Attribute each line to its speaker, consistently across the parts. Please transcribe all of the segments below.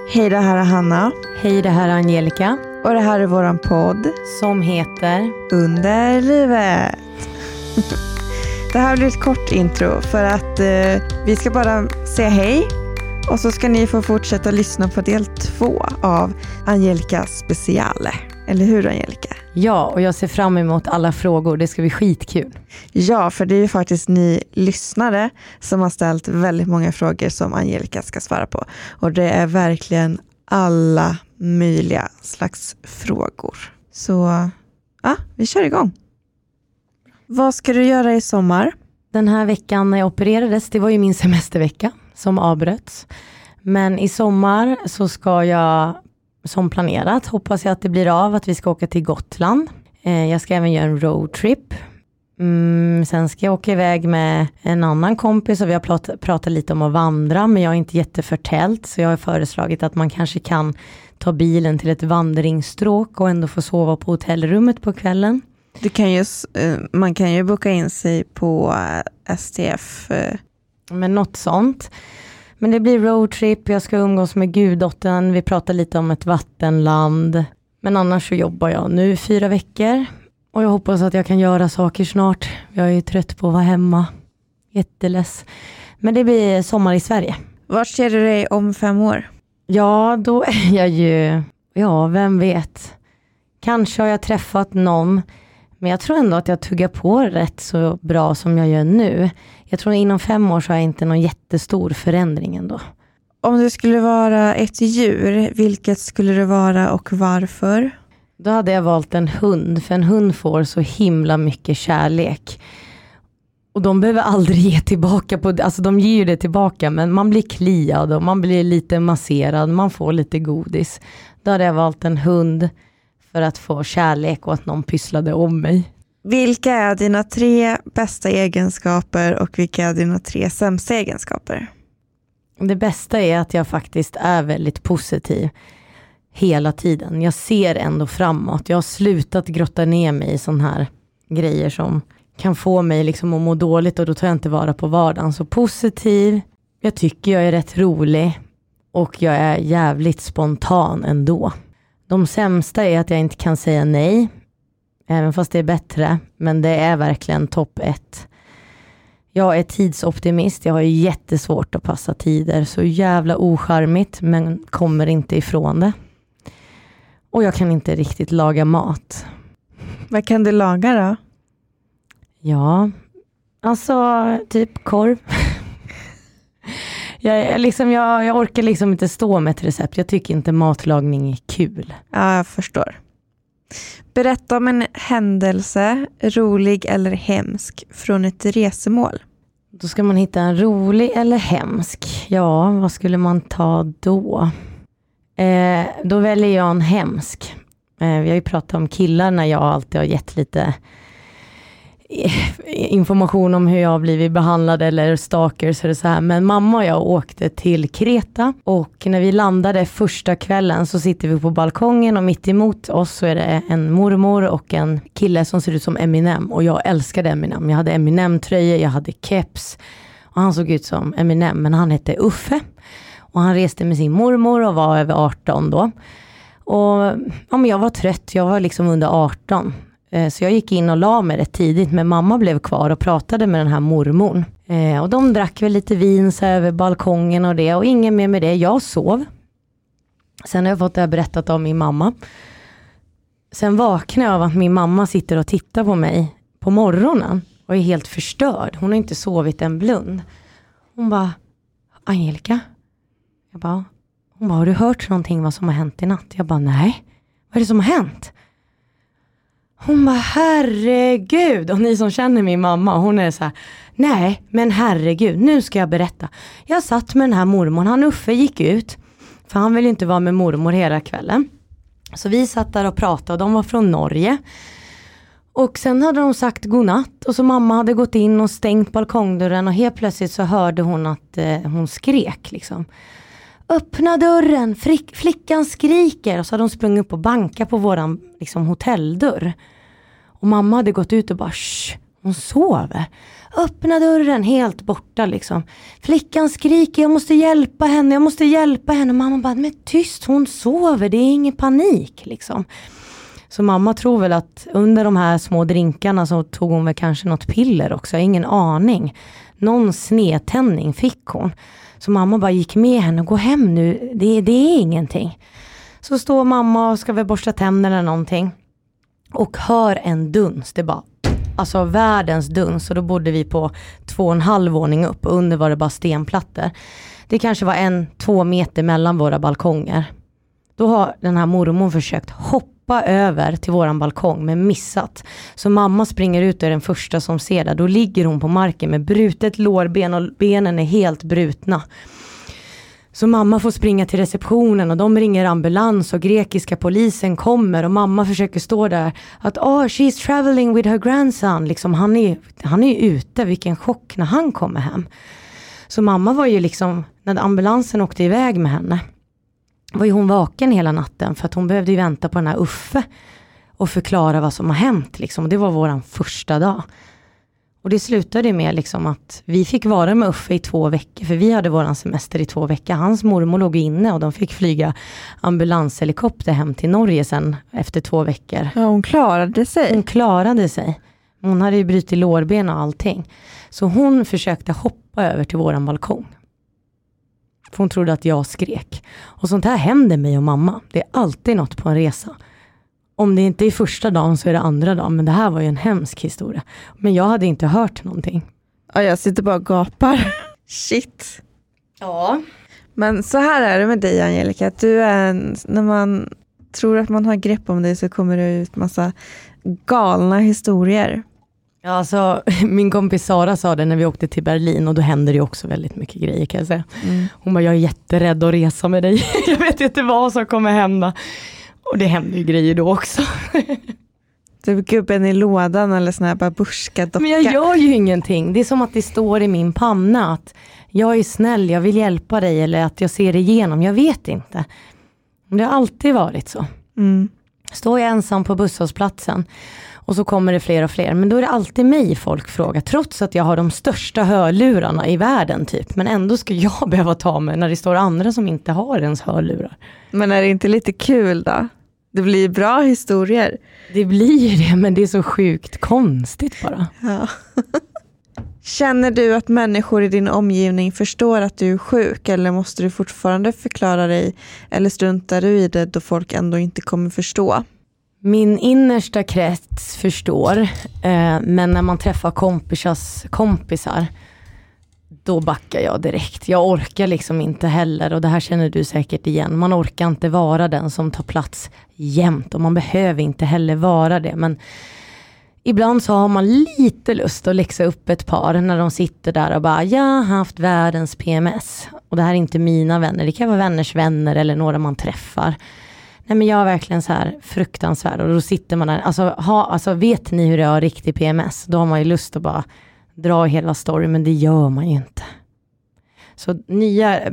Speaker 1: Hej, det här är Hanna.
Speaker 2: Hej, det här är Angelica.
Speaker 1: Och det här är våran podd.
Speaker 2: Som heter
Speaker 1: Under livet. Det här blir ett kort intro för att vi ska bara säga hej. Och så ska ni få fortsätta lyssna på del 2 av Angelicas speciale. Eller hur, Angelica?
Speaker 2: Ja, och jag ser fram emot alla frågor. Det ska bli skitkul.
Speaker 1: Ja, för det är ju faktiskt ni lyssnare som har ställt väldigt många frågor som Angelica ska svara på. Och det är verkligen alla möjliga slags frågor. Så ja, vi kör igång. Vad ska du göra i sommar?
Speaker 2: Den här veckan när jag opererades, det var ju min semestervecka som avbröts. Men i sommar så ska jag, som planerat, hoppas jag att det blir av att vi ska åka till Gotland. Jag ska även göra en roadtrip. Sen ska jag åka iväg med en annan kompis och vi har pratat lite om att vandra, men jag är inte jätteförtält, så jag har föreslagit att man kanske kan ta bilen till ett vandringsstråk och ändå få sova på hotellrummet på kvällen.
Speaker 1: Man kan ju boka in sig på STF.
Speaker 2: Men något sånt. Men det blir roadtrip, jag ska umgås med guddottern, vi pratar lite om ett vattenland. Men annars så jobbar jag nu 4 veckor. Och jag hoppas att jag kan göra saker snart. Jag är trött på att vara hemma. Jätteless. Men det blir sommar i Sverige.
Speaker 1: Vart ser du dig om 5 år?
Speaker 2: Ja, då är jag ju... Ja, vem vet. Kanske har jag träffat någon. Men jag tror ändå att jag tuggar på rätt så bra som jag gör nu. Jag tror att inom 5 år så har jag inte någon jättestor förändring ändå.
Speaker 1: Om du skulle vara ett djur, vilket skulle det vara och varför?
Speaker 2: Då hade jag valt en hund. För en hund får så himla mycket kärlek. Och de behöver aldrig ge tillbaka. Alltså de ger ju det tillbaka. Men man blir kliad och man blir lite masserad. Man får lite godis. Då hade jag valt en hund. För att få kärlek och att någon pysslade om mig.
Speaker 1: Vilka är dina 3 bästa egenskaper och vilka är dina 3 sämsta egenskaper?
Speaker 2: Det bästa är att jag faktiskt är väldigt positiv hela tiden. Jag ser ändå framåt. Jag har slutat grotta ner mig i sån här grejer som kan få mig liksom att må dåligt, och då tar jag inte vara på vardagen. Så positiv, jag tycker jag är rätt rolig och jag är jävligt spontan ändå. De sämsta är att jag inte kan säga nej, även fast det är bättre, men det är verkligen topp 1. Jag är tidsoptimist, jag har ju jättesvårt att passa tider, så jävla ocharmigt, men kommer inte ifrån det. Och jag kan inte riktigt laga mat.
Speaker 1: Vad kan du laga då?
Speaker 2: Ja, alltså typ korv. Jag orkar liksom inte stå med ett recept. Jag tycker inte matlagning är kul.
Speaker 1: Ja, jag förstår. Berätta om en händelse, rolig eller hemsk, från ett resemål.
Speaker 2: Då ska man hitta en rolig eller hemsk. Ja, vad skulle man ta då? Då väljer jag en hemsk. Vi har ju pratat om killar när jag alltid har gett lite information om hur jag har blivit behandlad eller stalkers eller så här. Men mamma och jag åkte till Kreta, och när vi landade första kvällen så sitter vi på balkongen och mitt emot oss så är det en mormor och en kille som ser ut som Eminem, och jag älskade Eminem. Jag hade Eminem-tröjor, jag hade keps och han såg ut som Eminem, men han hette Uffe och han reste med sin mormor och var över 18 då. Och ja, men jag var trött, jag var liksom under 18. Så jag gick in och la mig rätt tidigt, men mamma blev kvar och pratade med den här mormon. Och de drack väl lite vin så över balkongen och det, och ingen mer med det. Jag sov. Sen har jag fått det här berättat av min mamma. Sen vaknade jag av att min mamma sitter och tittar på mig på morgonen och är helt förstörd. Hon har inte sovit en blund. Hon bara, Angelica? Hon bara, har du hört någonting vad som har hänt i natt? Jag bara, nej. Vad är det som har hänt? Hon bara, herregud. Och ni som känner min mamma, hon är så här, nej men herregud, nu ska jag berätta. Jag satt med den här mormor, han Uffe gick ut. För han ville inte vara med mormor hela kvällen. Så vi satt där och pratade, de var från Norge. Och sen hade de sagt godnatt. Och så mamma hade gått in och stängt balkongdörren. Och helt plötsligt så hörde hon att hon skrek liksom. Öppna dörren, flickan skriker. Och så hade de sprungit upp och bankat på våran liksom, hotelldörr. Och mamma hade gått ut och bara shh. Hon sover. Öppna dörren, helt borta liksom. Flickan skriker, jag måste hjälpa henne. Mamma bara, men tyst, hon sover, det är ingen panik liksom. Så mamma tror väl att under de här små drinkarna så tog hon väl kanske något piller också. Jag har ingen aning. Någon snedtändning fick hon. Så mamma bara gick med henne och gå hem nu. Det är ingenting. Så står mamma och ska väl borsta tänderna eller någonting. Och hör en duns. Det bara, alltså världens duns. Och då bodde vi på 2,5 våning upp. Och under var det bara stenplattor. Det kanske var 1-2 meter mellan våra balkonger. Då har den här mormor försökt hoppa över till våran balkong men missat. Så mamma springer ut och är den första som ser det. Då ligger hon på marken med brutet lårben och benen är helt brutna. Så mamma får springa till receptionen och de ringer ambulans och grekiska polisen kommer och mamma försöker stå där att she's traveling with her grandson. Liksom, han är ute, vilken chock när han kommer hem. Så mamma var ju liksom, när ambulansen åkte iväg med henne, var ju hon vaken hela natten för att hon behövde ju vänta på den här Uffe och förklara vad som har hänt liksom. Och det var våran första dag. Och det slutade med liksom att vi fick vara med Uffe i 2 veckor. För vi hade våran semester i 2 veckor. Hans mormor låg inne och de fick flyga ambulanshelikopter hem till Norge sen efter 2 veckor.
Speaker 1: Ja, hon klarade sig.
Speaker 2: Hon klarade sig. Hon hade ju brutit lårben och allting. Så hon försökte hoppa över till våran balkong. För hon trodde att jag skrek. Och sånt här händer mig och mamma. Det är alltid något på en resa. Om det inte är första dagen så är det andra dagen. Men det här var ju en hemsk historia. Men jag hade inte hört någonting.
Speaker 1: Ja, jag sitter bara och gapar. Shit.
Speaker 2: Ja.
Speaker 1: Men så här är det med dig, Angelica. Att du är när man tror att man har grepp om dig så kommer det ut massa galna historier.
Speaker 2: Ja, alltså, min kompis Sara sa det när vi åkte till Berlin och då hände det också väldigt mycket grejer kan jag säga. Hon bara, jag är jätterädd att resa med dig. Jag vet inte vad som kommer hända. Och det händer ju grejer då också.
Speaker 1: Typ gubben i lådan eller sån här babusjka-docka.
Speaker 2: Men jag gör ju ingenting. Det är som att det står i min panna att jag är snäll, jag vill hjälpa dig eller att jag ser igenom. Jag vet inte. Det har alltid varit så. Står jag ensam på busshållplatsen och så kommer det fler och fler. Men då är det alltid mig folk frågar. Trots att jag har de största hörlurarna i världen typ. Men ändå ska jag behöva ta mig när det står andra som inte har ens hörlurar.
Speaker 1: Men är det inte lite kul då? Det blir bra historier.
Speaker 2: Det blir det, men det är så sjukt konstigt bara.
Speaker 1: Ja. Känner du att människor i din omgivning förstår att du är sjuk eller måste du fortfarande förklara dig eller struntar du i det då folk ändå inte kommer förstå?
Speaker 2: Min innersta krets förstår, men när man träffar kompisar då backar jag direkt. Jag orkar liksom inte heller och det här känner du säkert igen. Man orkar inte vara den som tar plats jämt och man behöver inte heller vara det. Men ibland så har man lite lust att läxa upp ett par när de sitter där och bara jag har haft världens PMS. Och det här är inte mina vänner, det kan vara vänners vänner eller några man träffar. Nej men jag är verkligen så här fruktansvärd och då sitter man där. Alltså vet ni hur det är riktig PMS? Då har man ju lust att bara dra hela storyn men det gör man ju inte. Så nya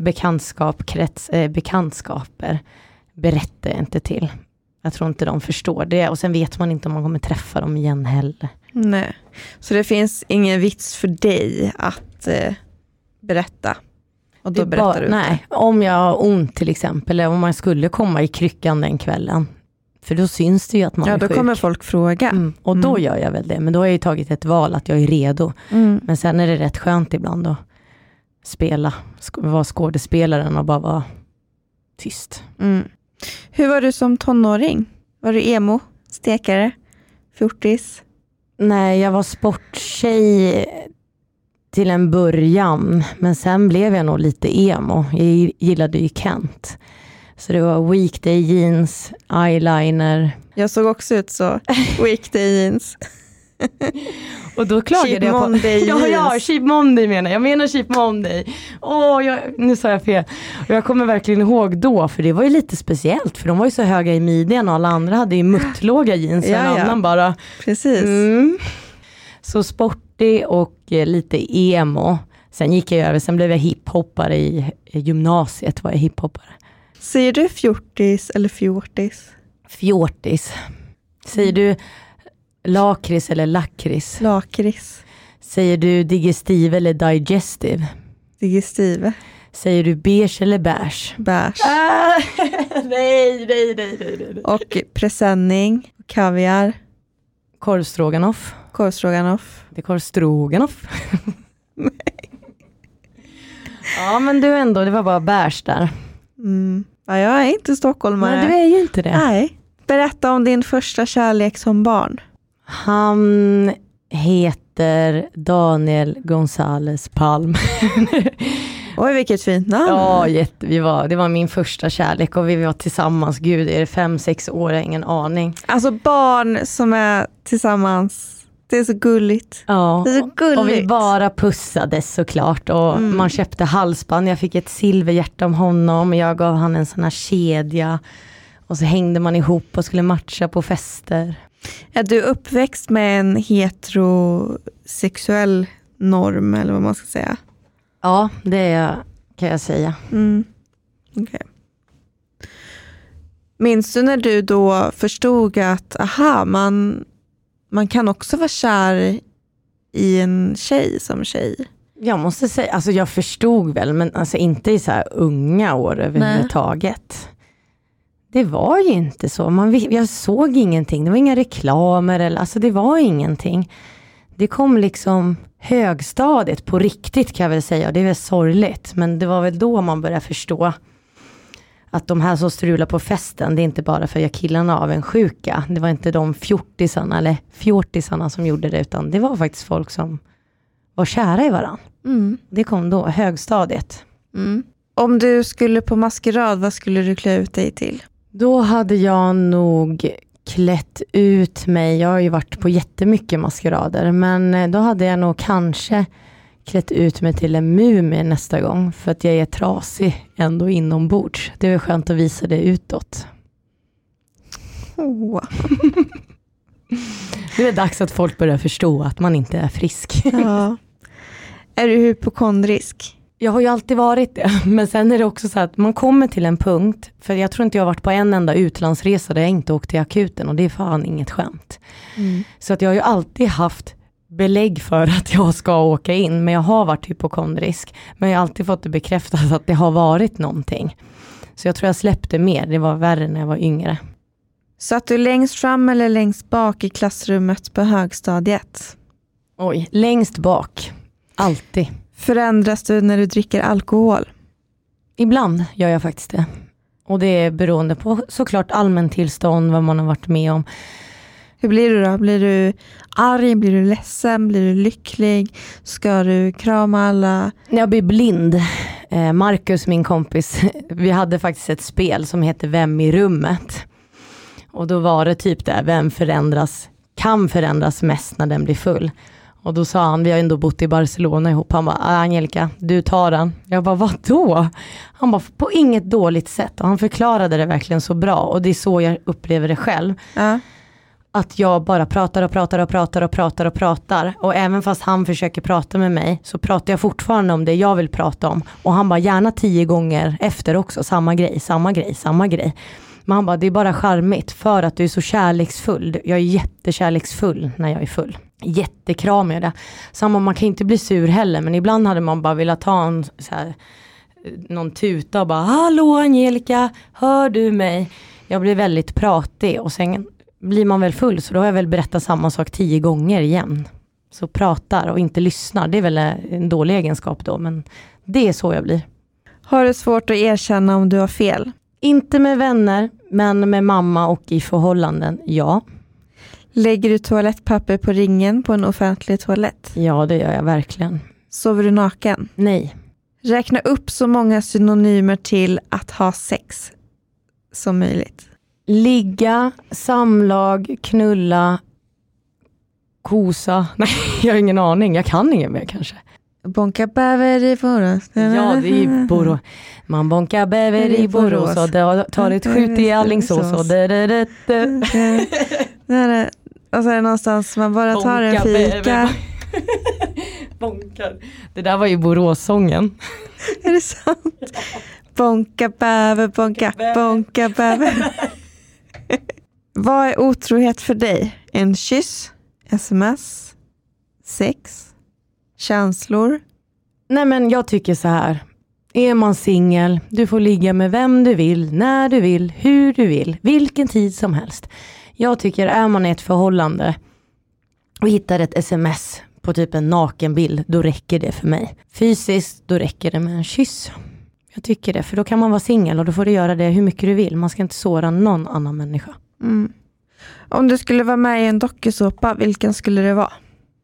Speaker 2: bekantskaper berättar jag inte till. Jag tror inte de förstår det och sen vet man inte om man kommer träffa dem igen heller.
Speaker 1: Nej, så det finns ingen vits för dig att berätta? Och då berättar du
Speaker 2: nej, om jag har ont till exempel eller om man skulle komma i kryckan den kvällen. För då syns det ju att man är sjuk.
Speaker 1: Ja, då kommer folk fråga.
Speaker 2: Och då gör jag väl det. Men då har jag ju tagit ett val att jag är redo. Men sen är det rätt skönt ibland att vara skådespelaren och bara vara tyst.
Speaker 1: Hur var du som tonåring? Var du emo? Stekare? Fjortis?
Speaker 2: Nej, jag var sporttjej till en början. Men sen blev jag nog lite emo. Jag gillade ju Kent. Så det var weekday jeans, eyeliner.
Speaker 1: Jag såg också ut så. Weekday jeans.
Speaker 2: Och då klagade jag på...
Speaker 1: Monday
Speaker 2: ja, Cheap Monday menar jag. Jag menar Cheap Monday. Nu sa jag fel. Och jag kommer verkligen ihåg då. För det var ju lite speciellt. För de var ju så höga i midjan och alla andra hade ju muttlåga jeans. Och en annan bara...
Speaker 1: Precis.
Speaker 2: Så sportig och lite emo. Sen gick jag över. Sen blev jag hiphoppare i gymnasiet. Var jag hiphoppare.
Speaker 1: Säger du fjortis eller fjortis?
Speaker 2: Fjortis. Säger du Lakrits eller lakrits?
Speaker 1: Lakrits.
Speaker 2: Säger du digestive eller digestive?
Speaker 1: Digestive.
Speaker 2: Säger du beige eller beige?
Speaker 1: Beige.
Speaker 2: Nej.
Speaker 1: Och presenning. Kaviar.
Speaker 2: Korvstroganoff.
Speaker 1: Korvstroganoff.
Speaker 2: Det är korvstroganoff. Ja, men du ändå, det var bara beige där.
Speaker 1: Ja, jag är inte stockholmare.
Speaker 2: Men du är ju inte det.
Speaker 1: Nej. Berätta om din första kärlek som barn.
Speaker 2: Han heter Daniel Gonzales Palm.
Speaker 1: Oj, vilket fint namn.
Speaker 2: Ja, det var min första kärlek och vi var tillsammans. Gud, är det 5-6 år? Jag har ingen aning.
Speaker 1: Alltså barn som är tillsammans, det är så gulligt.
Speaker 2: Ja,
Speaker 1: det är så gulligt.
Speaker 2: Och vi bara pussades såklart. Och man köpte halsband. Jag fick ett silverhjärta om honom. Jag gav han en sån här kedja. Och så hängde man ihop och skulle matcha på fester.
Speaker 1: Är du uppväxt med en heterosexuell norm eller vad man ska säga?
Speaker 2: Ja, det kan jag säga.
Speaker 1: Okay. Minns du när du då förstod att man kan också vara kär i en tjej som tjej? Jag
Speaker 2: måste säga, alltså jag förstod väl, men alltså inte i så här unga år överhuvudtaget. Det var ju inte så. Jag såg ingenting. Det var inga reklamer. Alltså det var ingenting. Det kom liksom högstadiet på riktigt kan jag väl säga. Det är väl sorgligt. Men det var väl då man började förstå att de här som strular på festen, det är inte bara för att killarna av en sjuka. Det var inte de fjortisarna som gjorde det, utan det var faktiskt folk som var kära i varann. Det kom då, högstadiet.
Speaker 1: Om du skulle på maskerad, vad skulle du klä ut dig till?
Speaker 2: Då hade jag nog klätt ut mig. Jag har ju varit på jättemycket maskerader, men då hade jag nog kanske klätt ut mig till en mumie nästa gång, för att jag är trasig ändå inombords. Det är väl skönt att visa det utåt. Det är dags att folk börjar förstå att man inte är frisk.
Speaker 1: Ja. Är du hypokondrisk?
Speaker 2: Jag har ju alltid varit det, men sen är det också så att man kommer till en punkt, för jag tror inte jag har varit på en enda utlandsresa där jag inte åkt till akuten, och det är fan inget skämt. Så att jag har ju alltid haft belägg för att jag ska åka in, men jag har varit hypokondrisk, men jag har alltid fått det bekräftat att det har varit någonting. Så jag tror jag släppte mer, det var värre när jag var yngre.
Speaker 1: Så att du längst fram eller längst bak i klassrummet på högstadiet?
Speaker 2: Oj, längst bak. Alltid.
Speaker 1: Förändras du när du dricker alkohol?
Speaker 2: Ibland gör jag faktiskt det. Och det är beroende på såklart allmäntillstånd, vad man har varit med om.
Speaker 1: Hur blir du då? Blir du arg? Blir du ledsen? Blir du lycklig? Ska du krama alla?
Speaker 2: Jag blir blind. Marcus, min kompis, vi hade faktiskt ett spel som heter Vem i rummet? Och då var det typ där, vem kan förändras mest när den blir full? Och då sa han, vi har ändå bott i Barcelona ihop. Han bara, Angelica, du tar den. Jag bara, vadå? Han bara, på inget dåligt sätt. Och han förklarade det verkligen så bra. Och det är så jag upplever det själv. Att jag bara pratar. Och även fast han försöker prata med mig, så pratar jag fortfarande om det jag vill prata om. Och han bara, gärna 10 gånger efter också. Samma grej. Men han bara, det är bara charmigt för att du är så kärleksfull. Jag är jättekärleksfull när jag är full. Jättekramig det. Samma, man kan inte bli sur heller, men ibland hade man bara velat ta någon tuta och bara, hallå Angelica, hör du mig? Jag blir väldigt pratig, och sen blir man väl full, så då har jag väl berättat samma sak 10 gånger igen. Så pratar och inte lyssnar, det är väl en dålig egenskap då, men det är så jag blir.
Speaker 1: Har du svårt att erkänna om du har fel?
Speaker 2: Inte med vänner, men med mamma och i förhållanden, ja.
Speaker 1: Lägger du toalettpapper på ringen på en offentlig toalett?
Speaker 2: Ja, det gör jag verkligen.
Speaker 1: Sover du naken?
Speaker 2: Nej.
Speaker 1: Räkna upp så många synonymer till att ha sex som möjligt.
Speaker 2: Ligga, samlag, knulla, kosa. Nej, jag har ingen aning. Jag kan ingen mer kanske.
Speaker 1: Bonka bäver i Borås.
Speaker 2: Ja, det är i Borås. Man bonkar bäver i Borås och tar ett skjut i Alingsås. Och
Speaker 1: så är det någonstans man bara tar en fika.
Speaker 2: Bonkar. Det där var ju Boråssången.
Speaker 1: Är det sant? Bonka bäver, bonka bäver. Vad är otrohet för dig? En kyss, sms, sex, känslor?
Speaker 2: Nej, men jag tycker så här. Är man singel, du får ligga med vem du vill, när du vill, hur du vill, vilken tid som helst. Jag tycker är man i ett förhållande och hittar ett sms på typ en nakenbild, då räcker det för mig. Fysiskt, då räcker det med en kyss. Jag tycker det, för då kan man vara singel och då får du göra det hur mycket du vill. Man ska inte såra någon annan människa.
Speaker 1: Om du skulle vara med i en dokusåpa, vilken skulle det vara?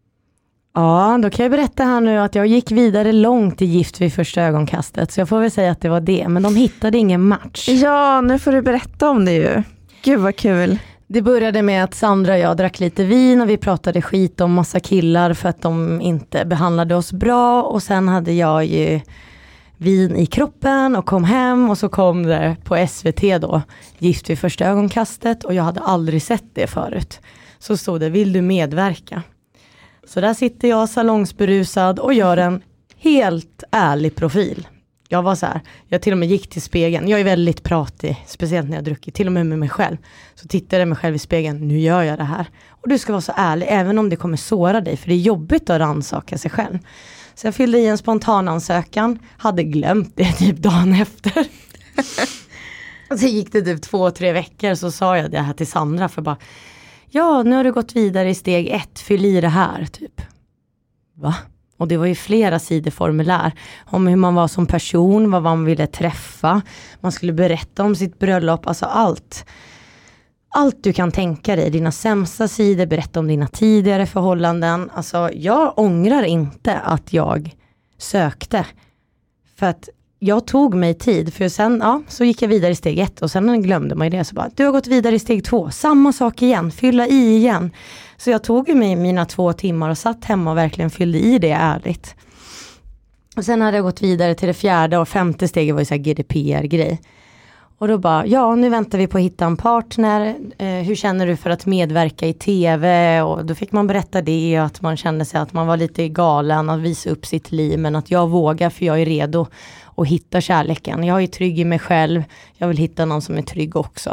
Speaker 2: Ja, då kan jag berätta här nu att jag gick vidare långt i Gift vid första ögonkastet. Så jag får väl säga att det var det. Men de hittade ingen match.
Speaker 1: Ja, nu får du berätta om det ju. Gud vad kul.
Speaker 2: Det började med att Sandra och jag drack lite vin och vi pratade skit om massa killar för att de inte behandlade oss bra. Och sen hade jag ju vin i kroppen och kom hem och så kom det på SVT då, Gift vid första ögonkastet, och jag hade aldrig sett det förut. Så stod det, vill du medverka? Så där sitter jag salongsberusad och gör en helt ärlig profil. Jag var så här, jag till och med gick till spegeln. Jag är väldigt pratig, speciellt när jag druckit, till och med mig själv. Så tittade jag mig själv i spegeln, nu gör jag det här. Och du ska vara så ärlig, även om det kommer såra dig, för det är jobbigt att rannsaka sig själv. Så jag fyllde i en spontanansökan, hade glömt det typ dagen efter. Och så gick det typ 2-3 veckor, så sa jag det här till Sandra för bara, ja, nu har du gått vidare i steg 1, fyll i det här typ. Va? Och det var ju flera sidor formulär om hur man var som person, vad man ville träffa. Man skulle berätta om sitt bröllop, alltså allt. Allt du kan tänka dig, dina sämsta sidor, berätta om dina tidigare förhållanden. Alltså jag ångrar inte att jag sökte. För att jag tog mig tid, för sen så gick jag vidare i steg 1 och sen glömde man ju det, så bara, du har gått vidare i steg 2, samma sak igen, fylla i igen. Så jag tog mig mina 2 timmar och satt hemma och verkligen fyllde i det ärligt. Och sen hade jag gått vidare till det 4:e och 5:e steget, var ju så här GDPR-grej. Och då bara, ja, nu väntar vi på att hitta en partner. Hur känner du för att medverka i tv? Och då fick man berätta det, att man kände sig att man var lite galen att visa upp sitt liv. Men att jag vågar, för jag är redo att hitta kärleken. Jag är trygg i mig själv. Jag vill hitta någon som är trygg också.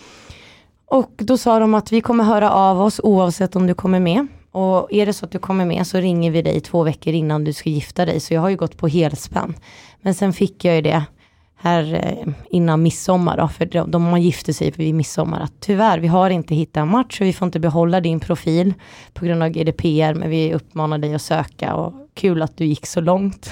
Speaker 2: Och då sa de att vi kommer höra av oss oavsett om du kommer med. Och är det så att du kommer med så ringer vi dig 2 veckor innan du ska gifta dig. Så jag har ju gått på helspänn. Men sen fick jag ju det här innan midsommar då, för man gifte sig vid midsommar, att tyvärr, vi har inte hittat en match och vi får inte behålla din profil på grund av GDPR, men vi uppmanar dig att söka, och kul att du gick så långt.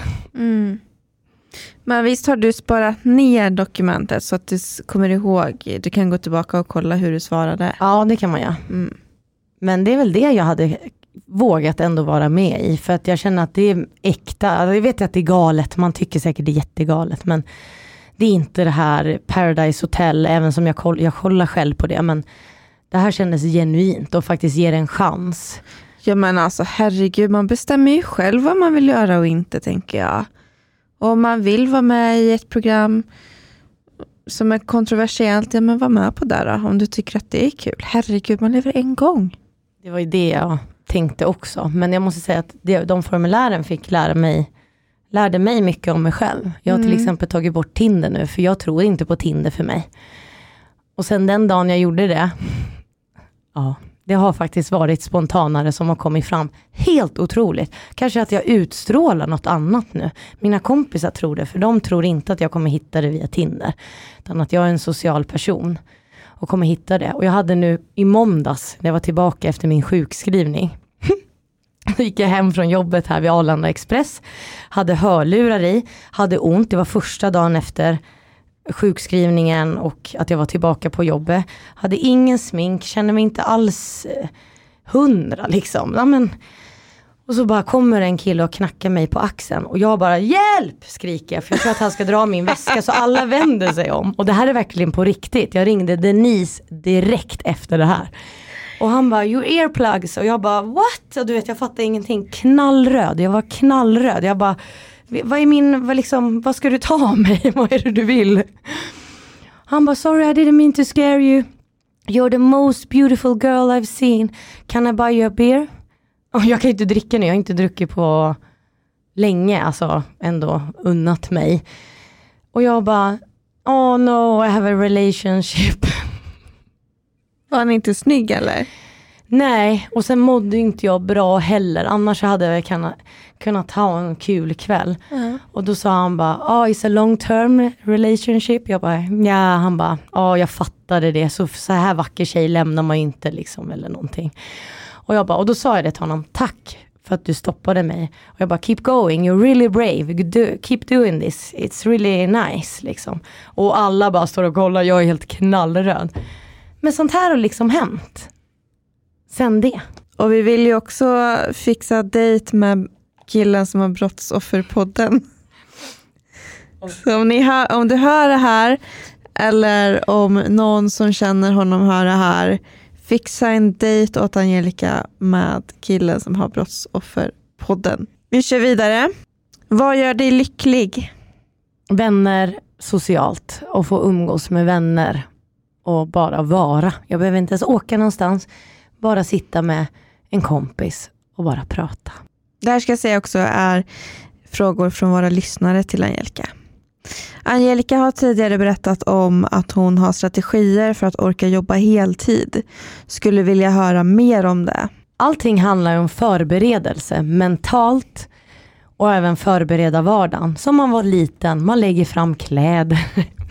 Speaker 1: Men visst har du sparat ner dokumentet så att du kommer ihåg, du kan gå tillbaka och kolla hur du svarade?
Speaker 2: Ja, det kan man göra. Men det är väl det jag hade vågat ändå vara med i, för att jag känner att det är äkta. Jag vet att det är galet, man tycker säkert det är jättegalet, men det är inte det här Paradise Hotel, även som jag kollar själv på det, men det här kändes genuint och faktiskt ger en chans.
Speaker 1: Ja, men alltså herregud, man bestämmer ju själv vad man vill göra och inte, tänker jag. Och om man vill vara med i ett program som är kontroversiellt, ja, men var med på det då, om du tycker att det är kul. Herregud, man lever en gång.
Speaker 2: Det var ju det jag tänkte också, men jag måste säga att de formulären fick lärde mig mycket om mig själv. Jag har till exempel tagit bort Tinder nu, för jag tror inte på Tinder för mig. Och sen den dagen jag gjorde det, det har faktiskt varit spontanare som har kommit fram. Helt otroligt. Kanske att jag utstrålar något annat nu. Mina kompisar tror det, för de tror inte att jag kommer hitta det via Tinder, utan att jag är en social person och kommer hitta det. Och jag hade nu i måndags, när jag var tillbaka efter min sjukskrivning, då gick jag hem från jobbet här vid Arlanda Express, hade hörlurar i, hade ont, det var första dagen efter sjukskrivningen och att jag var tillbaka på jobbet, hade ingen smink, kände mig inte alls 100 liksom. Ja, men, och så bara kommer en kille och knackar mig på axeln och jag bara, hjälp, skriker jag, för jag tror att han ska dra min väska, så alla vänder sig om. Och det här är verkligen på riktigt. Jag ringde Denise direkt efter det här. Och han bara, your earplugs. Och jag bara, what? Och du vet, jag fattade ingenting. Knallröd. Jag var knallröd. Jag bara, vad ska du ta av mig? Vad är det du vill? Han bara, sorry, I didn't mean to scare you. You're the most beautiful girl I've seen. Can I buy you a beer? Och jag kan inte dricka nu. Jag har inte druckit på länge. Alltså ändå unnat mig. Och jag bara, oh no, I have a relationship.
Speaker 1: Var han inte snygg eller?
Speaker 2: Nej, och sen mådde inte jag bra heller. Annars hade jag kunnat ha en kul kväll. Och då sa han bara, it's a long term relationship. Jag bara, han bara, jag fattade det. Så här vacker tjej lämnar man inte liksom, eller någonting. Och då sa jag det till honom, tack för att du stoppade mig. Och jag bara, keep going, you're really brave. Keep doing this, it's really nice. Liksom. Och alla bara står och kollar, jag är helt knallröd. Men sånt här har liksom hänt. Sen det.
Speaker 1: Och vi vill ju också fixa dejt med killen som har brottsofferpodden. Så om du hör det här, eller om någon som känner honom hör det här, fixa en dejt åt Angelica med killen som har brottsofferpodden. Vi kör vidare. Vad gör dig lycklig?
Speaker 2: Vänner socialt, och få umgås med vänner och bara vara. Jag behöver inte ens åka någonstans, bara sitta med en kompis och bara prata.
Speaker 1: Det här ska jag säga också är frågor från våra lyssnare till Angelica. Angelica har tidigare berättat om att hon har strategier för att orka jobba heltid. Skulle vilja höra mer om det.
Speaker 2: Allting handlar om förberedelse mentalt och även förbereda vardagen. Som man var liten, man lägger fram kläder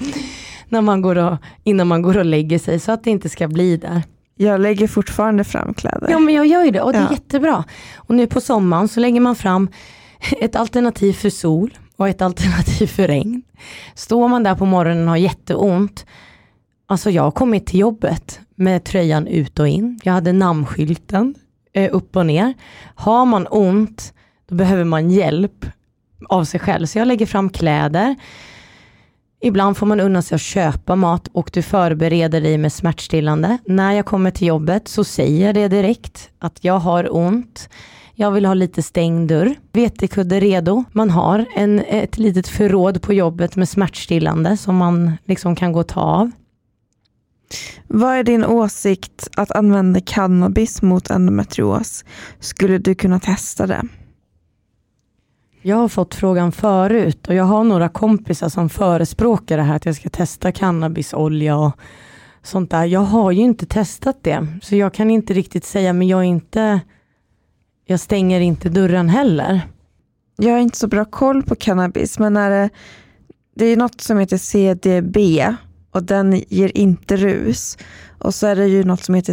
Speaker 2: innan man går och lägger sig så att det inte ska bli där.
Speaker 1: Jag lägger fortfarande fram kläder.
Speaker 2: Ja, men jag gör ju det och det är jättebra. Och nu på sommaren så lägger man fram ett alternativ för sol och ett alternativ för regn. Står man där på morgonen och har jätteont. Alltså jag har kommit till jobbet med tröjan ut och in. Jag hade namnskylten upp och ner. Har man ont, då behöver man hjälp av sig själv. Så jag lägger fram kläder. Ibland får man unna sig att köpa mat och du förbereder dig med smärtstillande. När jag kommer till jobbet så säger jag det direkt att jag har ont. Jag vill ha lite stängd dörr. Vetekudde redo. Man har ett litet förråd på jobbet med smärtstillande som man liksom kan gå och ta av.
Speaker 1: Vad är din åsikt att använda cannabis mot endometrios? Skulle du kunna testa det?
Speaker 2: Jag har fått frågan förut och jag har några kompisar som förespråkar det här att jag ska testa cannabisolja och sånt där. Jag har ju inte testat det så jag kan inte riktigt säga, men jag stänger inte dörren heller.
Speaker 1: Jag har inte så bra koll på cannabis, men det är något som heter CDB och den ger inte rus. Och så är det ju något som heter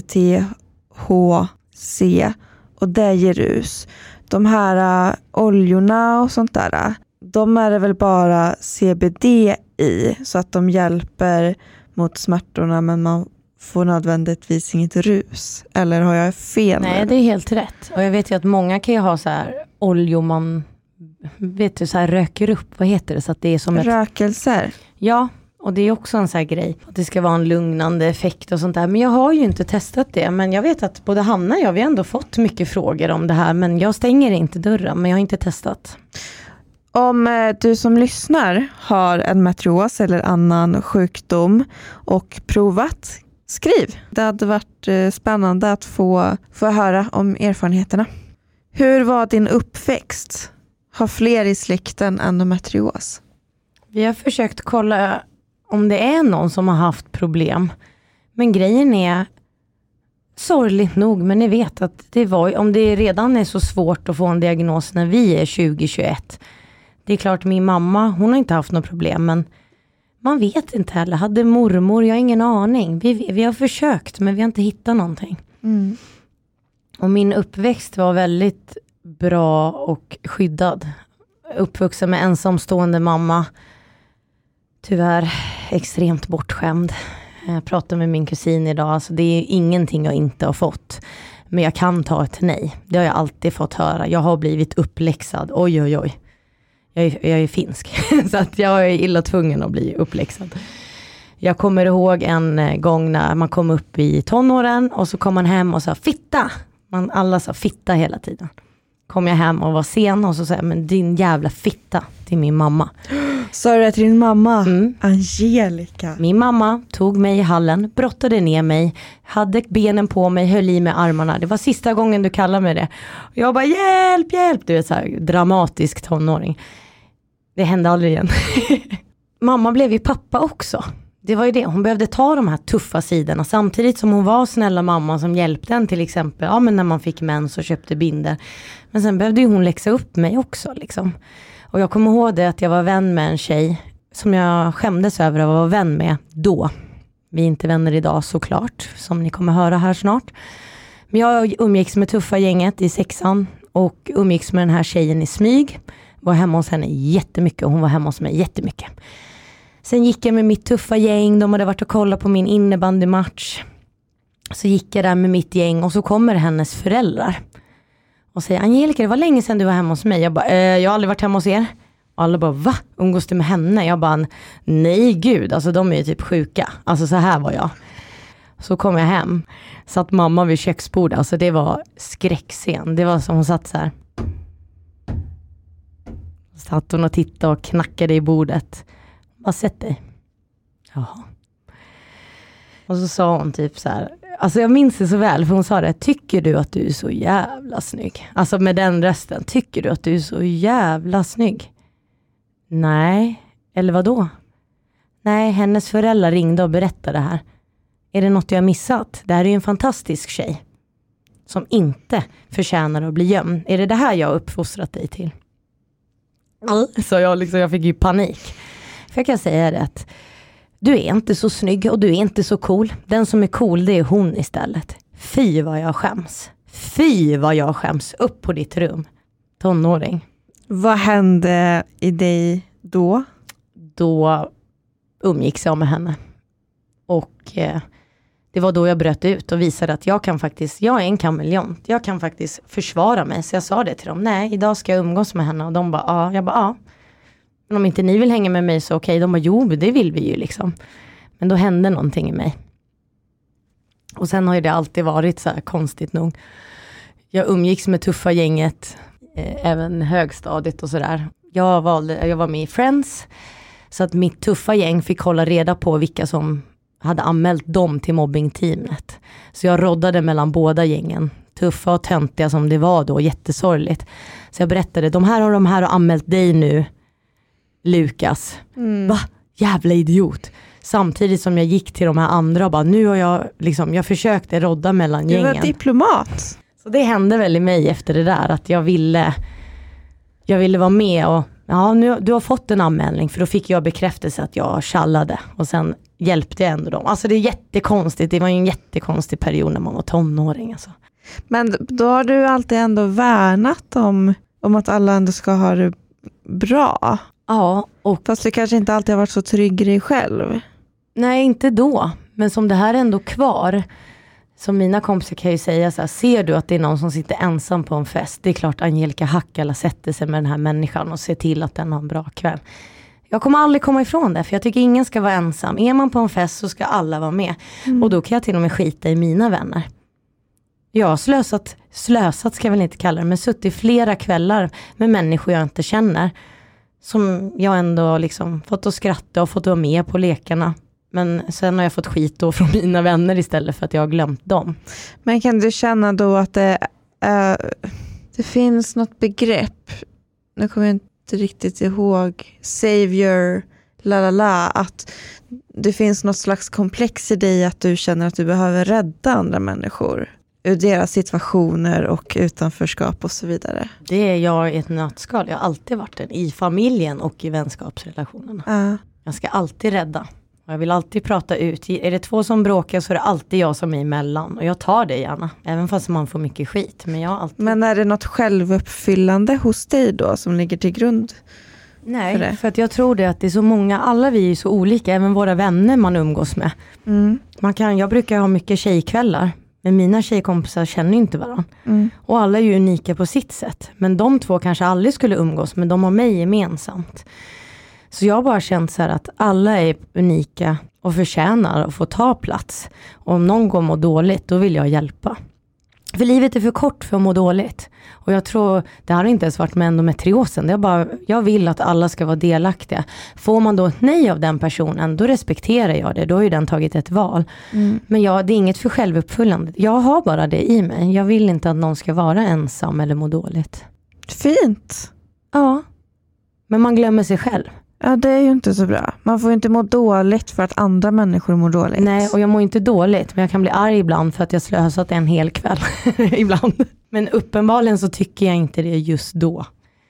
Speaker 1: THC och det ger rus. De här oljorna och sånt där, de är det väl bara CBD i så att de hjälper mot smärtorna, men man får nödvändigtvis inget rus. Eller har jag fel?
Speaker 2: Nej, det är helt rätt. Och jag vet ju att många kan ju ha så här oljor man så här röker upp. Vad heter det? Så att det är som
Speaker 1: rökelser.
Speaker 2: Ja, och det är också en så här grej. Att det ska vara en lugnande effekt och sånt där. Men jag har ju inte testat det. Men jag vet att både Hanna och jag, vi har ändå fått mycket frågor om det här. Men jag stänger inte dörren, men jag har inte testat.
Speaker 1: Om du som lyssnar har endometrios eller annan sjukdom och provat, skriv. Det hade varit spännande att få höra om erfarenheterna. Hur var din uppväxt? Har fler i släkten endometrios? Vi har
Speaker 2: försökt kolla om det är någon som har haft problem. Men grejen är sorgligt nog, men ni vet att om det redan är så svårt att få en diagnos när vi är 2021. Det är klart min mamma, hon har inte haft något problem, men man vet inte heller. Hade mormor, jag har ingen aning. Vi har försökt, men vi har inte hittat någonting. Mm. Och min uppväxt var väldigt bra och skyddad. Uppvuxen med ensamstående mamma. Tyvärr extremt bortskämd. Jag pratade med min kusin idag. Alltså det är ingenting jag inte har fått. Men jag kan ta ett nej. Det har jag alltid fått höra. Jag har blivit uppläxad. Oj, oj, oj. Jag är finsk. Så att jag är illa tvungen att bli uppläxad. Jag kommer ihåg en gång när man kom upp i tonåren. Och så kom man hem och sa fitta. Alla sa fitta hela tiden. Kom jag hem och var sen och så sa jag, men din jävla fitta till min mamma.
Speaker 1: Sa du det till din mamma? Angelica.
Speaker 2: Min mamma tog mig i hallen, brottade ner mig, hade benen på mig, höll i med armarna. Det var sista gången du kallade mig det. Och jag bara, hjälp, hjälp. Du är så här dramatisk tonåring. Det hände aldrig igen. Mamma blev ju pappa också. det var ju det. Hon behövde ta de här tuffa sidorna samtidigt som hon var snälla mamma som hjälpte en till exempel. Ja, men när man fick mens och köpte binder. Men sen behövde ju hon läxa upp mig också liksom. Och jag kommer ihåg det att jag var vän med en tjej som jag skämdes över att vara vän med då. Vi är inte vänner idag såklart, som ni kommer höra här snart. Men jag umgicks med tuffa gänget i 6:an och umgicks med den här tjejen i smyg. Var hemma hos henne jättemycket och hon var hemma hos mig jättemycket. Sen gick jag med mitt tuffa gäng, de hade varit och kollat på min innebandymatch. Så gick jag där med mitt gäng och så kommer hennes föräldrar. Och säger, Angelica, det var länge sedan du var hemma hos mig. Jag bara, jag har aldrig varit hemma hos er. Och alla bara, va? Umgås du med henne? Jag bara, nej gud, alltså de är ju typ sjuka. Alltså så här var jag. Så kom jag hem. Satt mamma vid köksbordet, alltså det var skräckscen. Det var som hon satt så här. Satt hon och tittade och knackade i bordet. Vad sett dig? Jaha. Och så sa hon typ så här. Alltså jag minns det så väl för hon sa det. Tycker du att du är så jävla snygg? Alltså med den rösten. Tycker du att du är så jävla snygg? Nej. Eller vad då? Nej, hennes föräldrar ringde och berättade det här. Är det något jag har missat? Det här är ju en fantastisk tjej. Som inte förtjänar att bli gömd. Är det här jag har uppfostrat dig till? Så jag fick ju panik. För jag kan säga det att du är inte så snygg och du är inte så cool. Den som är cool, det är hon istället. Fy vad jag skäms. Fy vad jag skäms. Upp på ditt rum. Tonåring.
Speaker 1: Vad hände i dig då?
Speaker 2: Då umgicks jag med henne. Och det var då jag bröt ut och visade att jag är en kameleont. Jag kan faktiskt försvara mig. Så jag sa det till dem. Nej, idag ska jag umgås med henne. Och de bara, ja. Jag bara, ja. Men om inte ni vill hänga med mig så okej. De bara, jo, det vill vi ju liksom. Men då hände någonting i mig. Och sen har ju det alltid varit så här konstigt nog. Jag umgicks med tuffa gänget. Även högstadiet och sådär. Jag var med i Friends. Så att mitt tuffa gäng fick hålla reda på vilka som hade anmält dem till mobbingteamet. Så jag roddade mellan båda gängen. Tuffa och töntiga som det var då. Jättesorgligt. Så jag berättade, de här har anmält dig nu. Lukas. Va? Jävla idiot. Samtidigt som jag gick till de här andra och bara, nu har jag försökte rodda mellan gängen.
Speaker 1: Du var diplomat.
Speaker 2: Så det hände väl i mig efter det där att jag ville vara med och nu du har fått en anmälning för då fick jag bekräftelse att jag tjallade och sen hjälpte jag ändå dem. Alltså det är jättekonstigt. Det var ju en jättekonstig period när man var tonåring alltså.
Speaker 1: Men då har du alltid ändå värnat om att alla ändå ska ha det bra.
Speaker 2: Ja.
Speaker 1: Fast du kanske inte alltid har varit så trygg i dig själv.
Speaker 2: Nej, inte då. Men som det här är ändå kvar. Som mina kompisar kan ju säga så här, ser du att det är någon som sitter ensam på en fest? Det är klart Angelica Hackala sätter sig med den här människan och ser till att den har en bra kväll. Jag kommer aldrig komma ifrån det, för jag tycker ingen ska vara ensam. Är man på en fest så ska alla vara med. Och då kan jag till och med skita i mina vänner. Jag har slösat ska jag väl inte kalla det, men suttit flera kvällar med människor jag inte känner. Som jag ändå liksom fått att skratta och fått vara med på lekarna. Men sen har jag fått skit då från mina vänner istället för att jag har glömt dem.
Speaker 1: Men kan du känna då att det finns något begrepp, nu kommer jag inte riktigt ihåg, savior, att det finns något slags komplex i dig att du känner att du behöver rädda andra människor ur deras situationer och utanförskap och så vidare.
Speaker 2: Det är jag i ett nötskal. Jag har alltid varit den i familjen och i vänskapsrelationerna. Jag ska alltid rädda. Jag vill alltid prata ut. Är det två som bråkar så är det alltid jag som är emellan. Och jag tar det gärna. Även fast man får mycket skit. Men
Speaker 1: är det något självuppfyllande hos dig då som ligger till grund?
Speaker 2: Nej, för att jag tror det att det är så många. Alla vi är så olika. Även våra vänner man umgås med. Jag brukar ha mycket tjejkvällar. Men mina tjejkompisar känner inte varandra. Och alla är ju unika på sitt sätt. Men de två kanske aldrig skulle umgås. Men de har mig gemensamt. Så jag har bara känt så här att alla är unika och förtjänar att få ta plats. Och om någon går och mår dåligt, då vill jag hjälpa. För livet är för kort för att må dåligt. Och jag tror, det har inte ens varit med endometriosen. Det är bara, jag vill att alla ska vara delaktiga. Får man då ett nej av den personen, då respekterar jag det. Då har ju den tagit ett val. Men det är inget för självuppfyllande. Jag har bara det i mig. Jag vill inte att någon ska vara ensam eller må dåligt.
Speaker 1: Fint.
Speaker 2: Ja. Men man glömmer sig själv.
Speaker 1: Ja, det är ju inte så bra. Man får inte må dåligt för att andra människor mår dåligt.
Speaker 2: Nej, och jag mår inte dåligt, men jag kan bli arg ibland för att jag slösat en hel kväll ibland. Men uppenbarligen så tycker jag inte det just då.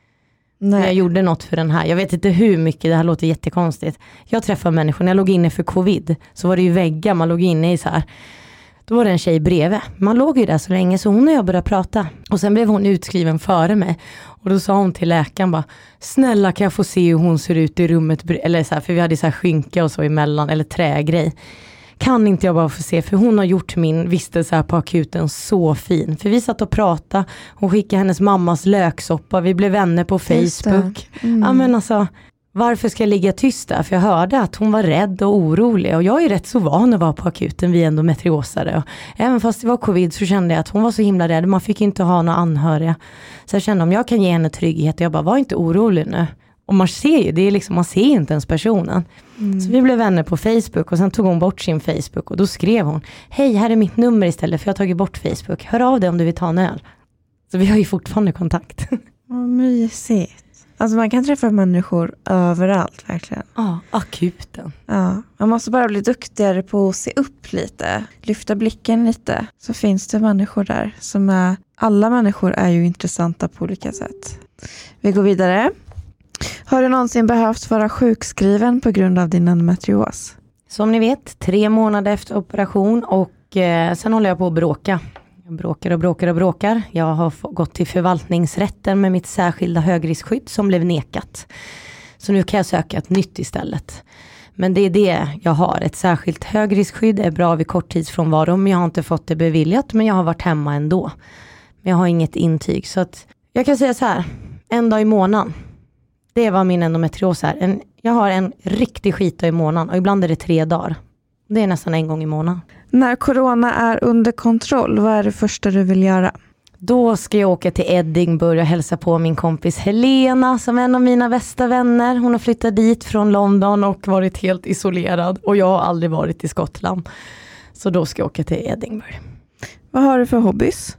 Speaker 2: Nej. Jag gjorde något för den här. Jag vet inte hur mycket, det här låter jättekonstigt. Jag träffar människor, när jag låg inne för covid så var det ju väggar man låg inne i så här. Då var det en tjej bredvid. Man låg ju där så länge så hon och jag började prata. Och sen blev hon utskriven före mig. Och då sa hon till läkaren bara, snälla kan jag få se hur hon ser ut i rummet. Eller så här, för vi hade så här skynka och så emellan, eller trägrej. Kan inte jag bara få se, för hon har gjort min vistelse här på akuten så fin. För vi satt och pratade, hon skickade hennes mammas löksoppa, vi blev vänner på Facebook. Ja men alltså, varför ska jag ligga tyst där? För jag hörde att hon var rädd och orolig. Och jag är rätt så van att vara på akuten vid endometriosare. Och även fast det var covid så kände jag att hon var så himla rädd. Man fick inte ha några anhöriga. Så jag kände om jag kan ge henne trygghet. Jag bara, var inte orolig nu. Och man ser ju, det är liksom, man ser inte ens personen. Så vi blev vänner på Facebook och sen tog hon bort sin Facebook. Och då skrev hon, hej här är mitt nummer istället för jag har tagit bort Facebook. Hör av dig om du vill ta en öl. Så vi har ju fortfarande kontakt.
Speaker 1: Vad mysigt. Alltså man kan träffa människor överallt, verkligen.
Speaker 2: Ja, akuten.
Speaker 1: Ja, man måste bara bli duktigare på att se upp lite. Lyfta blicken lite. Så finns det människor där som är... Alla människor är ju intressanta på olika sätt. Vi går vidare. Har du någonsin behövt vara sjukskriven på grund av din endometrios?
Speaker 2: Som ni vet, 3 månader efter operation och sen håller jag på att bråka. Jag bråkar. Jag har gått till förvaltningsrätten med mitt särskilda högriskskydd som blev nekat. Så nu kan jag söka ett nytt istället. Men det är det jag har. Ett särskilt högriskskydd är bra vid korttidsfrånvaro, men jag har inte fått det beviljat, men jag har varit hemma ändå. Men jag har inget intyg, så att jag kan säga så här, 1 dag i månaden. Det var min endometrios här. Jag har en riktig skitdag i månaden och ibland är det 3 dagar. Det är nästan 1 gång i månaden.
Speaker 1: När corona är under kontroll, vad är det första du vill göra?
Speaker 2: Då ska jag åka till Edinburgh och hälsa på min kompis Helena som är en av mina bästa vänner. Hon har flyttat dit från London och varit helt isolerad. Och jag har aldrig varit i Skottland. Så då ska jag åka till Edinburgh.
Speaker 1: Vad har du för hobbys?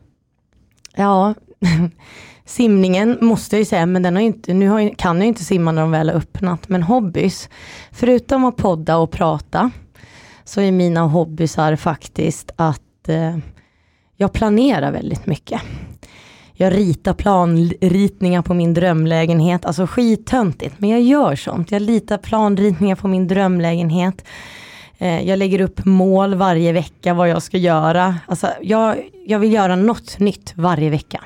Speaker 2: Ja, simningen måste jag ju säga. Men den har ju inte, kan jag ju inte simma när de väl har öppnat. Men hobbys, förutom att podda och prata, så är mina hobbysar faktiskt att jag planerar väldigt mycket. Jag ritar planritningar på min drömlägenhet. Alltså skittöntigt, men jag gör sånt. Jag ritar planritningar på min drömlägenhet. Jag lägger upp mål varje vecka vad jag ska göra. Alltså jag vill göra något nytt varje vecka.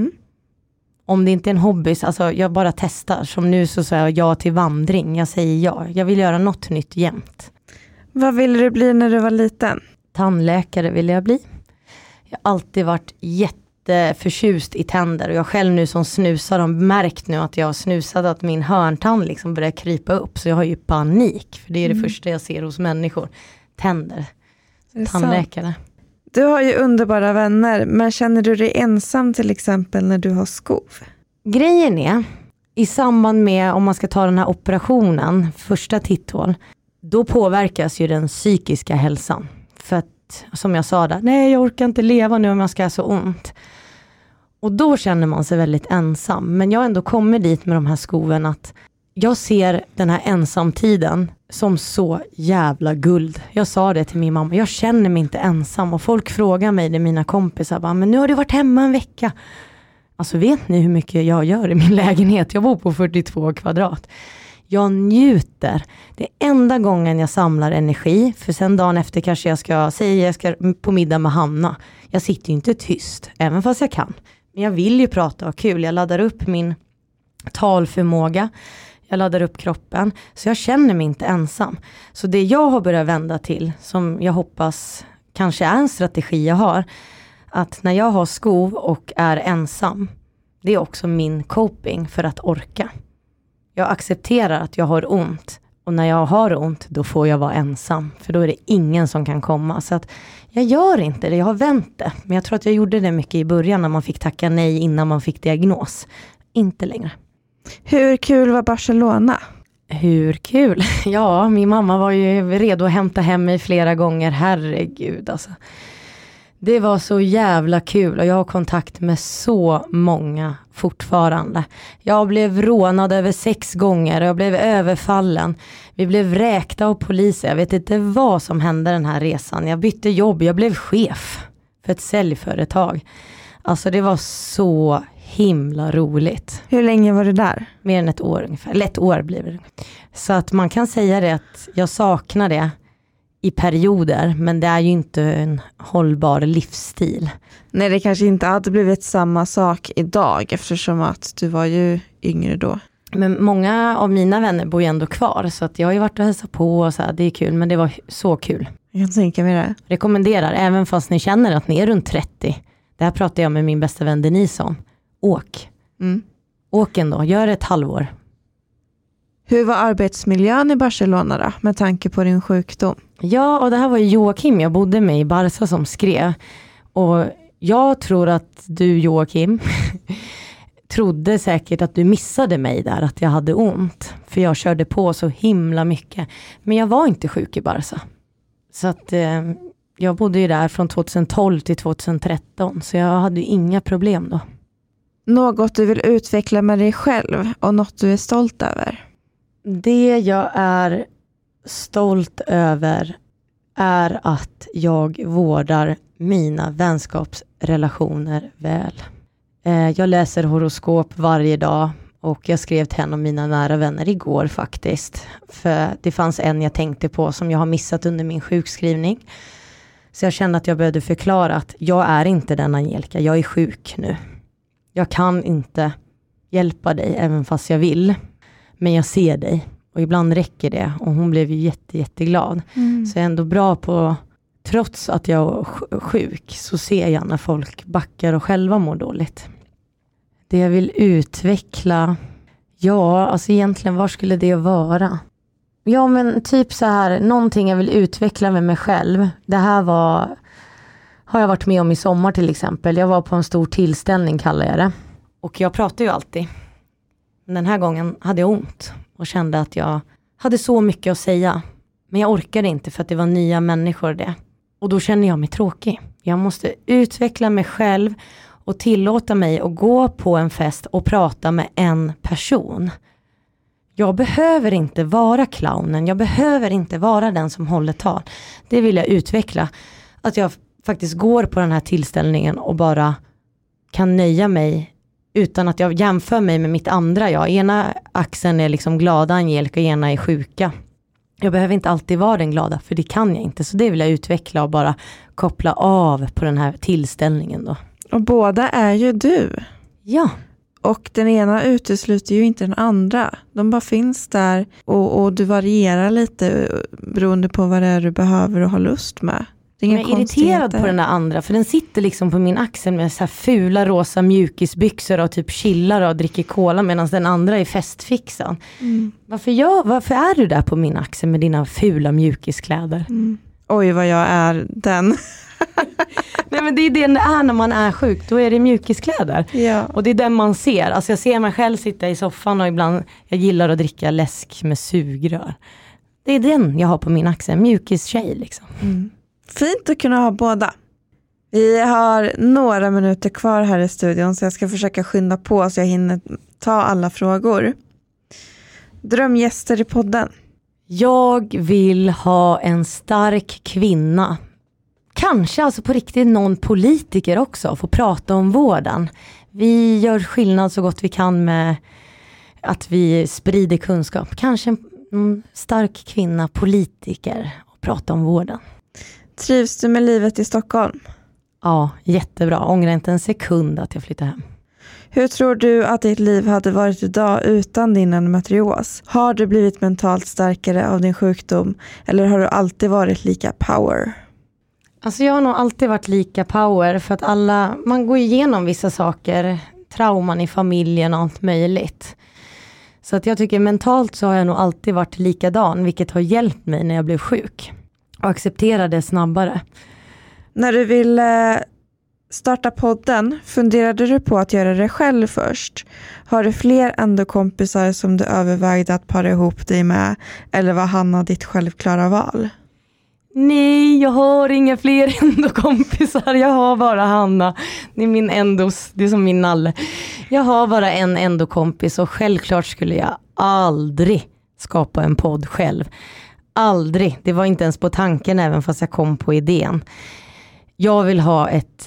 Speaker 2: Om det inte är en hobby, alltså jag bara testar. Som nu så säger jag ja till vandring. Jag säger ja. Jag vill göra något nytt jämt.
Speaker 1: Vad ville du bli när du var liten?
Speaker 2: Tandläkare ville jag bli. Jag har alltid varit jätteförtjust i tänder. Och jag själv nu som snusar har märkt nu att jag har snusat att min hörntand liksom börjar krypa upp. Så jag har ju panik. För det är det första jag ser hos människor. Tänder. Tandläkare.
Speaker 1: Sant? Du har ju underbara vänner. Men känner du dig ensam till exempel när du har skov?
Speaker 2: Grejen är, i samband med om man ska ta den här operationen, första titthål, då påverkas ju den psykiska hälsan. För att, som jag sa där, nej jag orkar inte leva nu om jag ska ha så ont. Och då känner man sig väldigt ensam. Men jag har ändå kommit dit med de här skoven att jag ser den här ensamtiden som så jävla guld. Jag sa det till min mamma, jag känner mig inte ensam. Och folk frågar mig, det är mina kompisar, bara, men nu har du varit hemma en vecka. Alltså vet ni hur mycket jag gör i min lägenhet? Jag bor på 42 kvadrat. Jag njuter. Det är enda gången jag samlar energi. För sen dagen efter kanske jag ska säga jag ska på middag med Hanna. Jag sitter ju inte tyst, även fast jag kan. Men jag vill ju prata och ha kul. Jag laddar upp min talförmåga. Jag laddar upp kroppen. Så jag känner mig inte ensam. Så det jag har börjat vända till, som jag hoppas kanske är en strategi jag har. Att när jag har skov och är ensam, det är också min coping för att orka. Jag accepterar att jag har ont. Och när jag har ont, då får jag vara ensam. För då är det ingen som kan komma. Så att jag gör inte det, jag har vänt det. Men jag tror att jag gjorde det mycket i början när man fick tacka nej innan man fick diagnos. Inte längre.
Speaker 1: Hur kul var Barcelona?
Speaker 2: Hur kul? Ja, min mamma var ju redo att hämta hem mig flera gånger. Herregud alltså. Det var så jävla kul och jag har kontakt med så många fortfarande. Jag blev rånad över 6 gånger och jag blev överfallen. Vi blev vräkta av poliser. Jag vet inte vad som hände den här resan. Jag bytte jobb, jag blev chef för ett säljföretag. Alltså det var så himla roligt.
Speaker 1: Hur länge var du där?
Speaker 2: Mer än 1 år ungefär. Eller 1 år blir det. Så att man kan säga det att jag saknar det i perioder, men det är ju inte en hållbar livsstil.
Speaker 1: Nej, det kanske inte hade blivit samma sak idag eftersom att du var ju yngre då.
Speaker 2: Men många av mina vänner bor ju ändå kvar så att jag har ju varit och hälsat på och så här, det är kul, men det var så kul.
Speaker 1: Jag kan tänka mig det.
Speaker 2: Rekommenderar, även fast ni känner att ni är runt 30. Det här pratar jag med min bästa vän Denise om. Åk. Åk ändå, gör ett halvår.
Speaker 1: Hur var arbetsmiljön i Barcelona då, med tanke på din sjukdom?
Speaker 2: Ja, och det här var Joakim jag bodde med i Barca som skrev. Och jag tror att du, Joakim, trodde säkert att du missade mig där, att jag hade ont. För jag körde på så himla mycket. Men jag var inte sjuk i Barca. Så att jag bodde ju där från 2012 till 2013. Så jag hade ju inga problem då.
Speaker 1: Något du vill utveckla med dig själv och något du är stolt över?
Speaker 2: Det jag är stolt över är att jag vårdar mina vänskapsrelationer väl. Jag läser horoskop varje dag och jag skrev till en av mina nära vänner igår faktiskt. För det fanns en jag tänkte på som jag har missat under min sjukskrivning. Så jag kände att jag behövde förklara att jag är inte den Angelica, jag är sjuk nu. Jag kan inte hjälpa dig även fast jag vill. Men jag ser dig. Och ibland räcker det. Och hon blev ju jätteglad. Så jag är ändå bra på, trots att jag är sjuk, så ser jag när folk backar och själva mår dåligt. Det jag vill utveckla, ja, alltså egentligen var skulle det vara? Ja, men typ så här, någonting jag vill utveckla med mig själv. Det här har jag varit med om i sommar till exempel. Jag var på en stor tillställning kallar jag det. Och jag pratar ju alltid. Men den här gången hade jag ont. Och kände att jag hade så mycket att säga. Men jag orkade inte för att det var nya människor det. Och då kände jag mig tråkig. Jag måste utveckla mig själv. Och tillåta mig att gå på en fest och prata med en person. Jag behöver inte vara clownen. Jag behöver inte vara den som håller tal. Det vill jag utveckla. Att jag faktiskt går på den här tillställningen och bara kan nöja mig utan att jag jämför mig med mitt andra jag. Ena axeln är liksom glada Angelica och ena är sjuka. Jag behöver inte alltid vara den glada för det kan jag inte. Så det vill jag utveckla och bara koppla av på den här tillställningen då.
Speaker 1: Och båda är ju du.
Speaker 2: Ja.
Speaker 1: Och den ena utesluter ju inte den andra. De bara finns där och du varierar lite beroende på vad det är du behöver och har lust med.
Speaker 2: Jag är irriterad på den där andra för den sitter liksom på min axel med så här fula rosa mjukisbyxor och typ chillar och dricker cola medan den andra är festfixad. Varför är du där på min axel med dina fula mjukiskläder?
Speaker 1: Oj vad jag är den.
Speaker 2: Nej men det är det är när man är sjuk, då är det mjukiskläder.
Speaker 1: Ja.
Speaker 2: Och det är den man ser. Alltså jag ser mig själv sitta i soffan och ibland jag gillar att dricka läsk med sugrör. Det är den jag har på min axel, mjukistjej liksom.
Speaker 1: Fint att kunna ha båda. Vi har några minuter kvar här i studion så jag ska försöka skynda på så jag hinner ta alla frågor. Drömgäster i podden.
Speaker 2: Jag vill ha en stark kvinna. Kanske alltså på riktigt någon politiker också få prata om vården. Vi gör skillnad så gott vi kan med att vi sprider kunskap. Kanske en stark kvinna, politiker och prata om vården.
Speaker 1: Trivs du med livet i Stockholm?
Speaker 2: Ja, jättebra. Ångrar inte en sekund att jag flyttar hem.
Speaker 1: Hur tror du att ditt liv hade varit idag utan din endometrios? Har du blivit mentalt starkare av din sjukdom eller har du alltid varit lika power?
Speaker 2: Alltså jag har nog alltid varit lika power för att man går igenom vissa saker, trauman i familjen och allt möjligt. Så att jag tycker mentalt så har jag nog alltid varit likadan, vilket har hjälpt mig när jag blev sjuk. Och acceptera det snabbare.
Speaker 1: När du ville starta podden, funderade du på att göra det själv först? Har du fler endokompisar som du övervägde att para ihop dig med? Eller var Hanna ditt självklara val?
Speaker 2: Nej, jag har inga fler endokompisar. Jag har bara Hanna. Det är min endos, det är som min nalle. Jag har bara en endokompis och självklart skulle jag aldrig skapa en podd själv. Aldrig. Det var inte ens på tanken även fast jag kom på idén. Jag vill ha ett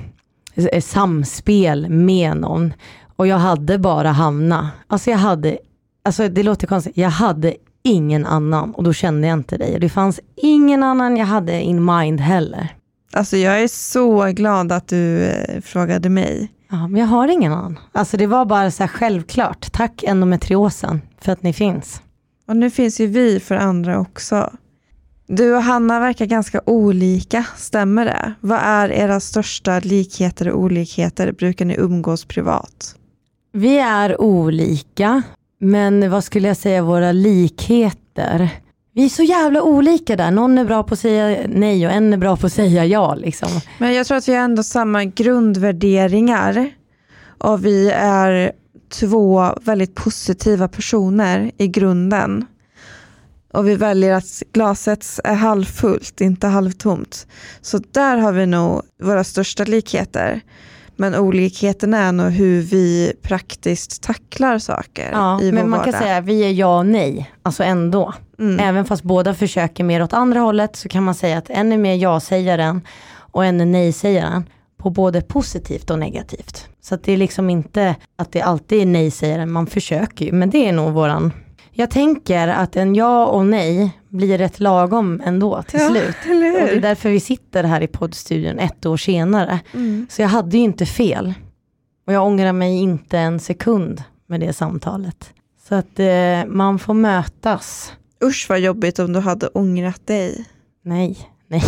Speaker 2: samspel med någon. Och jag hade bara Hanna. Alltså det låter konstigt. Jag hade ingen annan och då kände jag inte dig. Det fanns ingen annan jag hade in mind heller.
Speaker 1: Alltså jag är så glad att du frågade mig.
Speaker 2: Ja, men jag har ingen annan. Alltså det var bara så här självklart. Tack endometriosen för att ni finns.
Speaker 1: Och nu finns ju vi för andra också. Du och Hanna verkar ganska olika, stämmer det? Vad är era största likheter och olikheter? Brukar ni umgås privat?
Speaker 2: Vi är olika, men vad skulle jag säga våra likheter? Vi är så jävla olika där. Någon är bra på att säga nej och en är bra på att säga ja. Liksom.
Speaker 1: Men jag tror att vi har ändå samma grundvärderingar. Och vi är 2 väldigt positiva personer i grunden. Och vi väljer att glaset är halvfullt, inte halvtomt. Så där har vi nog våra största likheter. Men olikheten är nog hur vi praktiskt tacklar saker i vår
Speaker 2: men man
Speaker 1: vardag.
Speaker 2: kan säga att vi är ja och nej. Alltså ändå. Även fast båda försöker mer åt andra hållet så kan man säga att en är mer ja-sägaren och en är nej-sägaren. På både positivt och negativt. Så att det är liksom inte att det alltid är nej-sägaren. Man försöker ju, men det är nog våran. Jag tänker att en ja och nej blir rätt lagom ändå till slut.
Speaker 1: Eller hur?
Speaker 2: Och det är därför vi sitter här i poddstudion 1 år senare. Så jag hade ju inte fel. Och jag ångrar mig inte en sekund med det samtalet. Så att man får mötas.
Speaker 1: Usch vad jobbigt om du hade ångrat dig.
Speaker 2: Nej.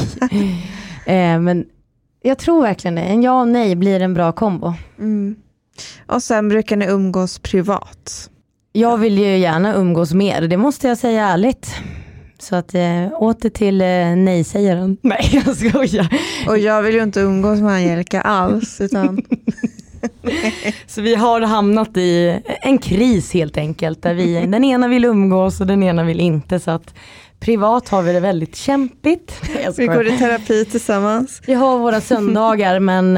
Speaker 2: Men jag tror verkligen det. En ja och nej blir en bra kombo.
Speaker 1: Och sen brukar ni umgås privat.
Speaker 2: Jag vill ju gärna umgås mer, det måste jag säga ärligt. Så att åter till nej-sägaren. Nej, jag skojar.
Speaker 1: Och jag vill ju inte umgås med Angelica alls. Utan...
Speaker 2: Så vi har hamnat i en kris helt enkelt. Där den ena vill umgås och den ena vill inte. Så att privat har vi det väldigt kämpigt.
Speaker 1: Vi går i terapi tillsammans.
Speaker 2: Vi har våra söndagar men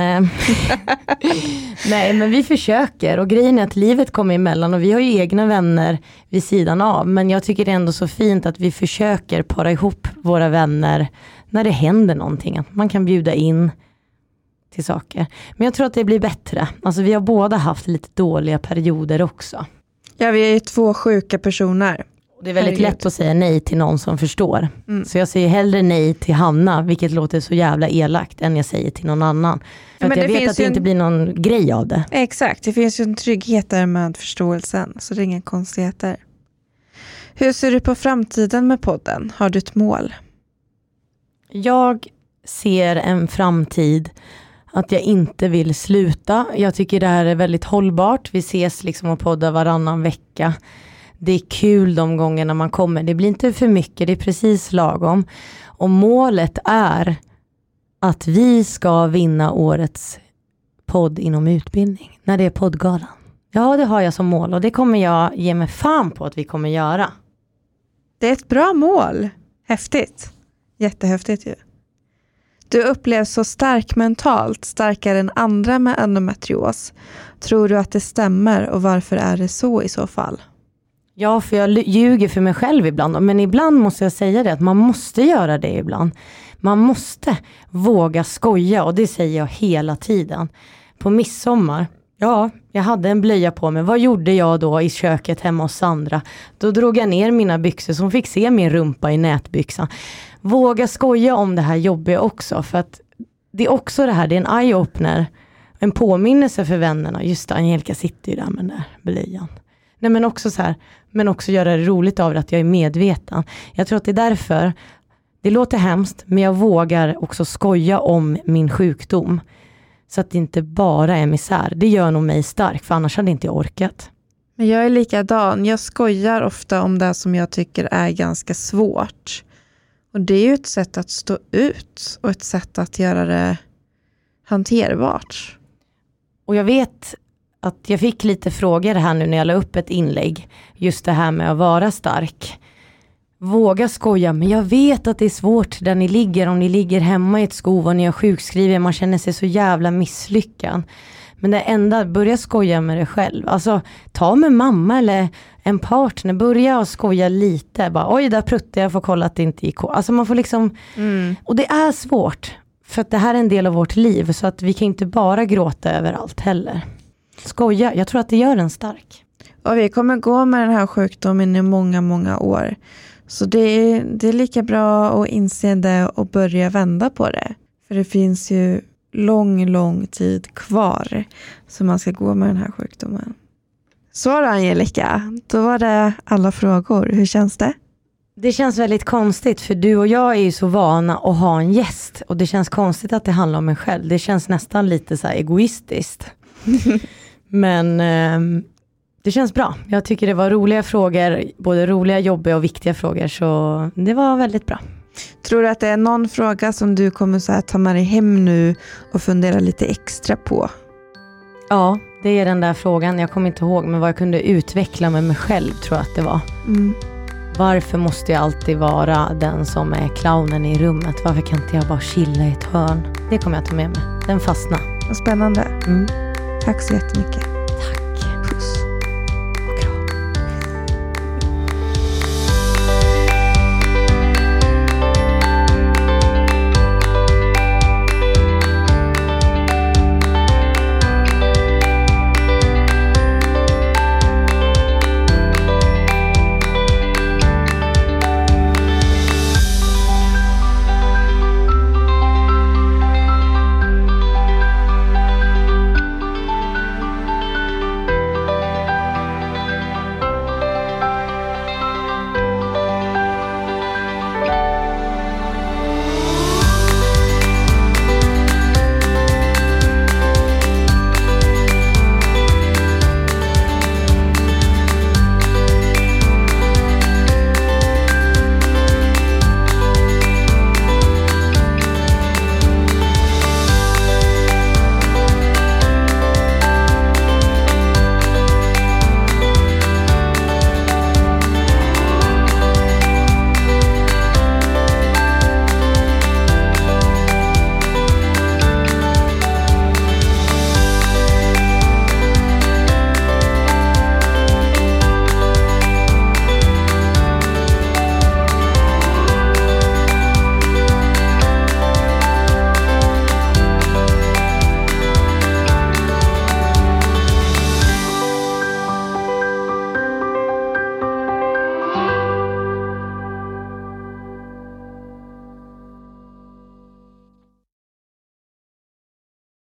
Speaker 2: nej, men vi försöker och grejen är att livet kommer emellan och vi har ju egna vänner vid sidan av, men jag tycker det är ändå så fint att vi försöker para ihop våra vänner när det händer någonting, att man kan bjuda in till saker. Men jag tror att det blir bättre. Alltså vi har båda haft lite dåliga perioder också.
Speaker 1: Ja, vi är ju 2 sjuka personer.
Speaker 2: Det är väldigt lätt att säga nej till någon som förstår. Så jag säger hellre nej till Hanna, vilket låter så jävla elakt, än jag säger till någon annan. För att jag vet att det inte blir någon grej av det.
Speaker 1: Exakt, det finns ju en trygghet där med förståelsen, så det är inga konstigheter. Hur ser du på framtiden med podden? Har du ett mål?
Speaker 2: Jag ser en framtid att jag inte vill sluta. Jag tycker det här är väldigt hållbart. Vi ses liksom och poddar varannan vecka. Det är kul de gångerna man kommer. Det blir inte för mycket, det är precis lagom. Och målet är att vi ska vinna årets podd inom utbildning. När det är poddgalan. Ja, det har jag som mål och det kommer jag ge mig fan på att vi kommer göra.
Speaker 1: Det är ett bra mål. Häftigt. Jättehäftigt ju. Du upplevs så stark mentalt, starkare än andra med endometrios. Tror du att det stämmer och varför är det så i så fall?
Speaker 2: Ja, för jag ljuger för mig själv ibland. Men ibland måste jag säga det, att man måste göra det ibland. Man måste våga skoja och det säger jag hela tiden. På midsommar, ja, jag hade en blöja på mig. Vad gjorde jag då i köket hemma hos Sandra? Då drog jag ner mina byxor så hon fick se min rumpa i nätbyxan. Våga skoja om det här jobbiga också, för att det är också det här, det är en eye-opener. En påminnelse för vännerna. Just det, Angelica sitter ju där med den där blöjan. Nej, men också så här, men också göra det roligt av det, att jag är medveten. Jag tror att det är därför, det låter hemskt, men jag vågar också skoja om min sjukdom. Så att det inte bara är misär. Det gör nog mig stark, för annars hade inte jag orkat.
Speaker 1: Men jag är likadan. Jag skojar ofta om det som jag tycker är ganska svårt. Och det är ju ett sätt att stå ut och ett sätt att göra det hanterbart.
Speaker 2: Och jag vet att jag fick lite frågor här nu när jag la upp ett inlägg. Just det här med att vara stark. våga skoja, men jag vet att det är svårt där ni ligger, om ni ligger hemma i ett skov och ni har sjukskriver, man känner sig så jävla misslyckad. Men det enda, börja skoja med dig själv. Alltså ta med mamma eller en partner, börja och skoja lite. Bara, oj, där pruttade jag, får kolla att det inte gick. Alltså man får liksom, och det är svårt. För att det här är en del av vårt liv, så att vi kan inte bara gråta överallt heller. Skoja, jag tror att det gör en stark.
Speaker 1: Och vi kommer gå med den här sjukdomen i många, många år. Så det är lika bra att inse det och börja vända på det. För det finns ju lång tid kvar som man ska gå med den här sjukdomen. Så då, Angelica, då var det alla frågor. Hur känns det?
Speaker 2: Det känns väldigt konstigt, för du och jag är ju så vana att ha en gäst. Och det känns konstigt att det handlar om en själv. Det känns nästan lite så här egoistiskt. Men det känns bra. Jag tycker det var roliga frågor. Både roliga, jobbiga och viktiga frågor. Så det var väldigt bra.
Speaker 1: Tror du att det är någon fråga som du kommer så här ta med dig hem nu och fundera lite extra på?
Speaker 2: Ja, det är den där frågan. Jag kommer inte ihåg, men vad jag kunde utveckla med mig själv tror jag att det var. Varför måste jag alltid vara den som är clownen i rummet? Varför kan inte jag bara chilla i ett hörn? Det kommer jag ta med mig. Den fastnar.
Speaker 1: Vad spännande. Tack så jättemycket.